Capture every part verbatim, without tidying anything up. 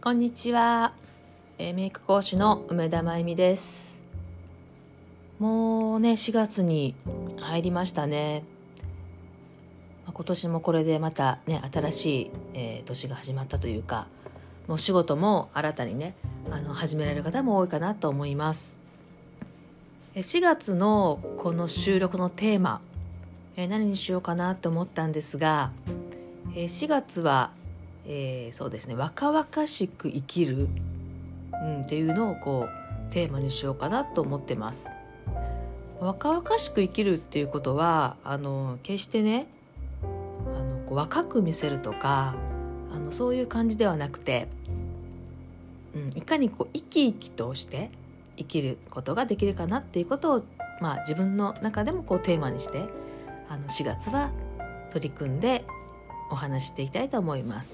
こんにちは、えーメイク講師の梅田真由美です。もうねしがつに入りましたね。まあ今年もこれでまたね新しい、えー年が始まったというか、もう仕事も新たにねあの始められる方も多いかなと思います。えーしがつのこの収録のテーマ、えー何にしようかなと思ったんですが、えーしがつは、えーそうですね若々しく生きる、うん、っていうのをこうテーマにしようかなと思ってます。若々しく生きるっていうことはあの決してねあのこう若く見せるとかあのそういう感じではなくて、うん、いかにこう生き生きとして生きることができるかなっていうことを、まあ、自分の中でもこうテーマにしてあのしがつは取り組んでお話ししていきたいと思います。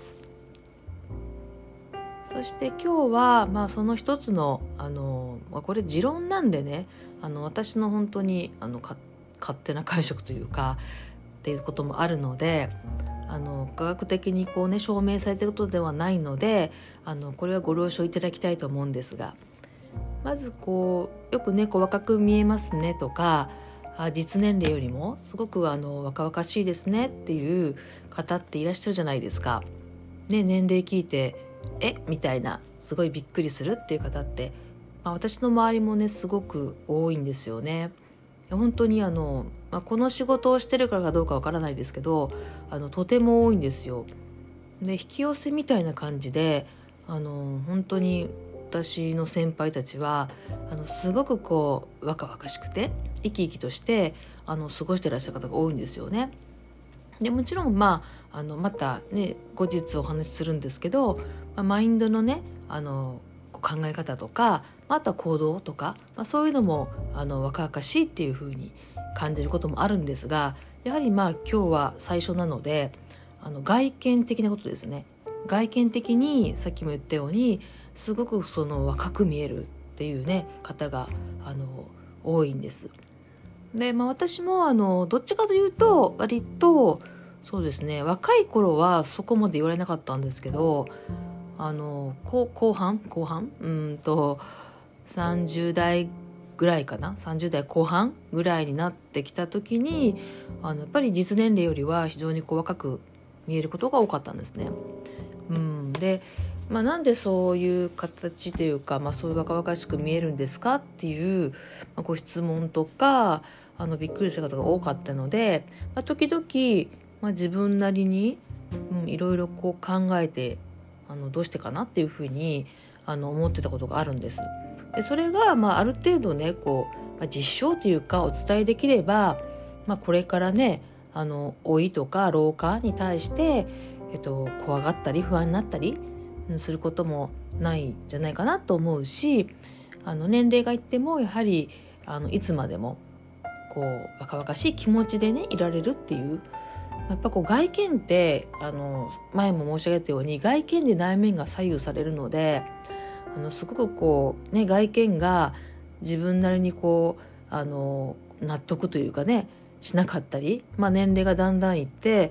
そして今日は、まあ、その一つの、あのこれ持論なんでねあの私の本当にあのか勝手な解釈というかっていうこともあるので、あの科学的にこう、ね、証明されていることではないのであのこれはご了承いただきたいと思うんですが、まずこうよくねこう若く見えますねとか、あ実年齢よりもすごくあの若々しいですねっていう方っていらっしゃるじゃないですか。ね、年齢聞いてえみたいなすごいびっくりするっていう方って、まあ、私の周りもねすごく多いんですよね。本当にあの、まあ、この仕事をしてるからかどうかわからないですけどあのとても多いんですよ。で引き寄せみたいな感じであの本当に私の先輩たちはあのすごくこう若々しくて生き生きとしてあの過ごしてらっしゃる方が多いんですよね。でもちろん、まあ、あのまたね後日お話しするんですけど、まあ、マインドのねあのこう考え方とか、まあ、あとは行動とか、まあ、そういうのもあの若々しいっていう風に感じることもあるんですが、やはりまあ今日は最初なのであの外見的なことですね。外見的にさっきも言ったようにすごくその若く見えるっていうね方があの多いんです。で、まあ、私もあのどっちかというと割とそうですね若い頃はそこまで言われなかったんですけど、あの後後半後半うんとさんじゅう代ぐらいかなさんじゅう代後半ぐらいになってきた時にあのやっぱり実年齢よりは非常にこう若く見えることが多かったんですね。うん、で、まあ、なんでそういう形というか、まあ、そういう若々しく見えるんですかっていう、まあ、ご質問とかあのびっくりした方が多かったので、まあ、時々、まあ、自分なりに、うん、いろいろこう考えてあのどうしてかなっていうふうにあの思ってたことがあるんです。でそれが、まあ、ある程度ねこう、まあ、実証というかお伝えできれば、まあ、これからねあの老いとか老化に対してえっと、怖がったり不安になったりすることもないんじゃないかなと思うし、あの年齢がいってもやはりあのいつまでもこう若々しい気持ちでねいられるっていう、やっぱこう外見ってあの前も申し上げたように外見で内面が左右されるので、あのすごくこうね外見が自分なりにこうあの納得というかねしなかったり、まあ、年齢がだんだんいって、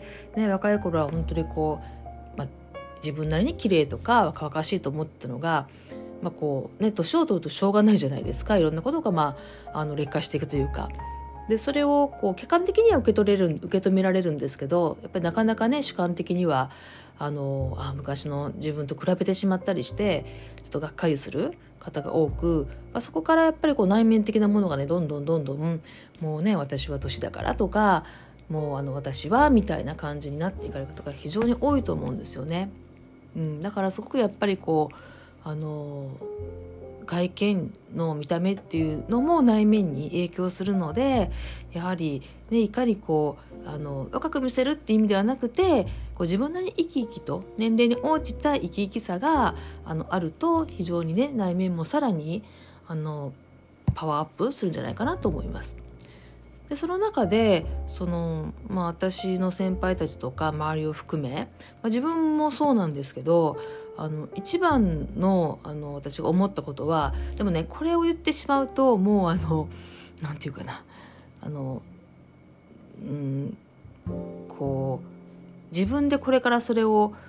ね、若い頃は本当にこう、まあ、自分なりに綺麗とか若々しいと思ったのが、まあこうね、年を取るとしょうがないじゃないですか。いろんなことが、まあ、あの劣化していくというか、でそれをこう客観的には受け取れる受け止められるんですけど、やっぱりなかなかね主観的にはあのあ昔の自分と比べてしまったりしてちょっとがっかりする方が多く、まあ、そこからやっぱりこう内面的なものがねどんどんどんどんもうね私は年だからとかもうあの私はみたいな感じになっていかれる方が非常に多いと思うんですよね。うん、だからすごくやっぱりこうあの外見の見た目っていうのも内面に影響するので、やはり、ね、いかにこうあの若く見せるっていう意味ではなくてこう自分なりに生き生きと年齢に応じた生き生きさがあのあると非常にね内面もさらにあのパワーアップするんじゃないかなと思います。でその中でその、まあ、私の先輩たちとか周りを含め、まあ、自分もそうなんですけどあの一番の、あの私が思ったことは、でもねこれを言ってしまうともうあのなんていうかなあのうんこう自分でこれからそれを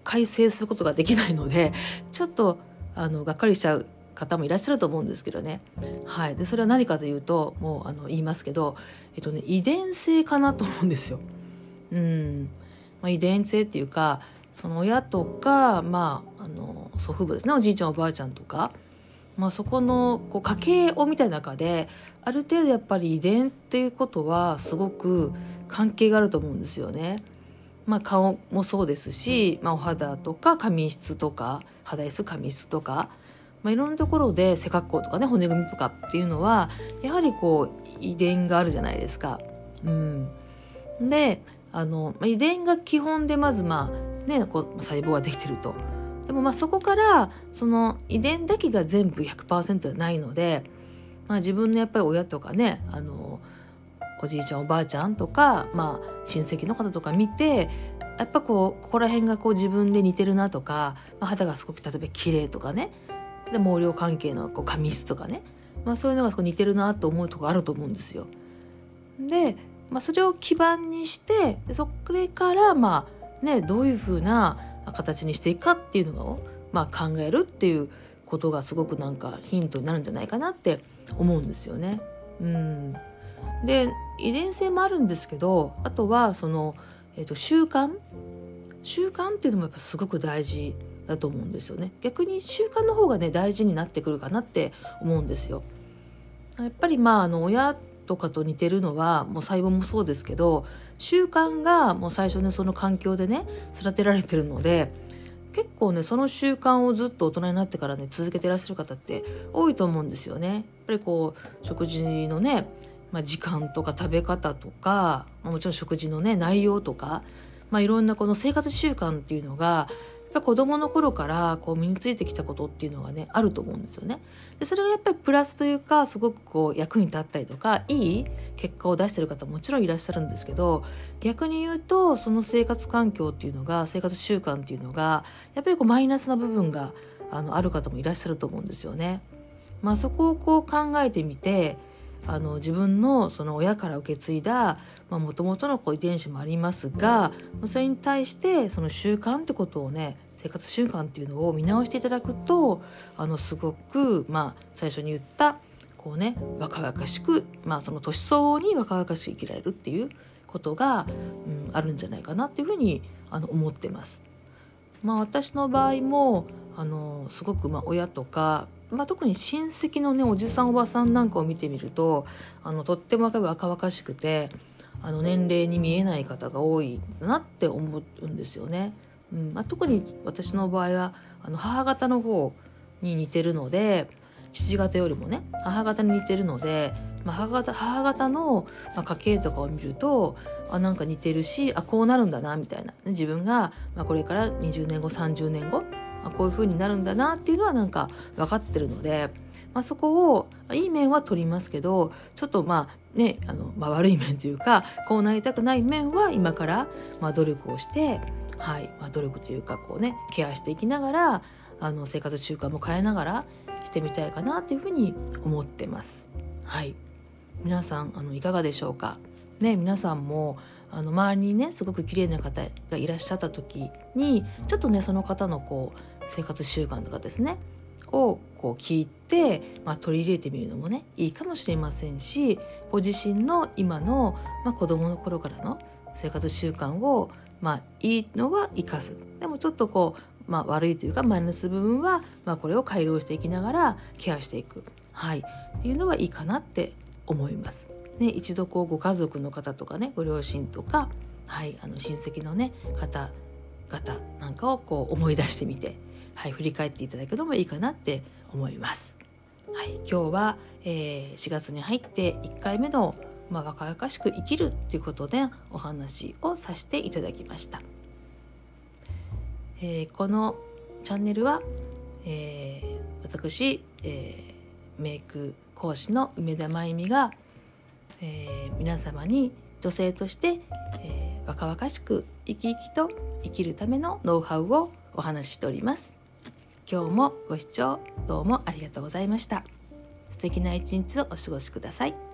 改正することができないので、ちょっとあのがっかりしちゃう方もいらっしゃると思うんですけどね。はい、でそれは何かというと、もうあの言いますけど、えっとね、遺伝性かなと思うんですよ。うんまあ、遺伝性っていうか、その親とか、まあ、あの祖父母ですね、おじいちゃんおばあちゃんとか、まあ、そこのこう家系を見た中である程度やっぱり遺伝っていうことはすごく関係があると思うんですよね。まあ、顔もそうですし、まあ、お肌とか髪質とか肌質髪質とか、まあ、いろんなところで背格好とかね、骨組みとかっていうのはやはりこう遺伝があるじゃないですか。うん、であの、まあ、遺伝が基本でまずまあね、こう細胞ができてると。でもまあそこからその遺伝だけが全部 ひゃくパーセント じゃないので、まあ、自分のやっぱり親とかね、あのおじいちゃんおばあちゃんとか、まあ、親戚の方とか見て、やっぱこうここら辺がこう自分で似てるなとか、まあ、肌がすごく例えば綺麗とかね、で毛量関係のこう髪質とかね、まあ、そういうのがこう似てるなと思うところあると思うんですよ。で、まあ、それを基盤にして、それからまあね、どういうふうな形にしていくかっていうのを、まあ、考えるっていうことがすごくなんかヒントになるんじゃないかなって思うんですよね。うん、で遺伝性もあるんですけど、あとはその、えーと、習慣習慣っていうのもやっぱすごく大事だと思うんですよね。逆に習慣の方がね大事になってくるかなって思うんですよ。やっぱりまああの親とかと似てるのはもう細胞もそうですけど、習慣がもう最初ねその環境でね育てられてるので、結構ねその習慣をずっと大人になってからね続けてらっしゃる方って多いと思うんですよね。やっぱりこう食事のね、まあ、時間とか食べ方とか、まあ、もちろん食事のね内容とか、まあ、いろんなこの生活習慣っていうのがやっぱ子供の頃からこう身についてきたことっていうのがねあると思うんですよね。でそれがやっぱりプラスというか、すごくこう役に立ったりとかいい結果を出している方ももちろんいらっしゃるんですけど、逆に言うとその生活環境っていうのが、生活習慣っていうのがやっぱりこうマイナスな部分が あのある方もいらっしゃると思うんですよね。まあ、そこをこう考えてみて、あの自分のその親から受け継いだもともとのこう遺伝子もありますが、それに対してその習慣ってことをね、生活習慣っていうのを見直していただくと、あのすごく、まあ、最初に言ったこうね若々しく、まあ、その年相応に若々しく生きられるっていうことが、うん、あるんじゃないかなっていうふうにあの思ってます。まあ、私の場合もあのすごくまあ親とか、まあ、特に親戚のねおじさんおばさんなんかを見てみると、あのとっても若々しくて、あの年齢に見えない方が多いなって思うんですよね。うんまあ、特に私の場合はあの母方の方に似てるので、父方よりもね母方に似てるので、まあ、母方、母方の、まあ、家系とかを見ると、あなんか似てるし、あこうなるんだなみたいな、自分が、まあ、これからにじゅうねんごさんじゅうねんご、まあ、こういう風になるんだなっていうのはなんか分かってるので、まあ、そこをいい面は取りますけど、ちょっとまあねあの、まあ、悪い面というか、こうなりたくない面は今から、まあ、努力をしてはいまあ、努力というかこうねケアしていきながら、あの生活習慣も変えながらしてみたいかなというふうに思ってます。はい、皆さんあのいかがでしょうかね。皆さんもあの周りにねすごく綺麗な方がいらっしゃった時に、ちょっとねその方のこう生活習慣とかですねをこう聞いて、まあ、取り入れてみるのもねいいかもしれませんし、ご自身の今の、まあ、子供の頃からの生活習慣をまあいいのは生かす、でもちょっとこう、まあ、悪いというかマイナス部分は、まあ、これを改良していきながらケアしていく、はい、っていうのはいいかなって思います、ね、一度こうご家族の方とかね、ご両親とか、はい、あの親戚のね方々なんかをこう思い出してみて、はい、振り返っていただくのもいいかなって思います。はい、今日は、えー、しがつに入っていっかいめのまあ、若々しく生きるということでお話をさせていただきました。えー、このチャンネルは、えー、私、えー、メイク講師の梅田真由美が、えー、皆様に女性として、えー、若々しく生き生きと生きるためのノウハウをお話ししております。今日もご視聴どうもありがとうございました。素敵な一日をお過ごしください。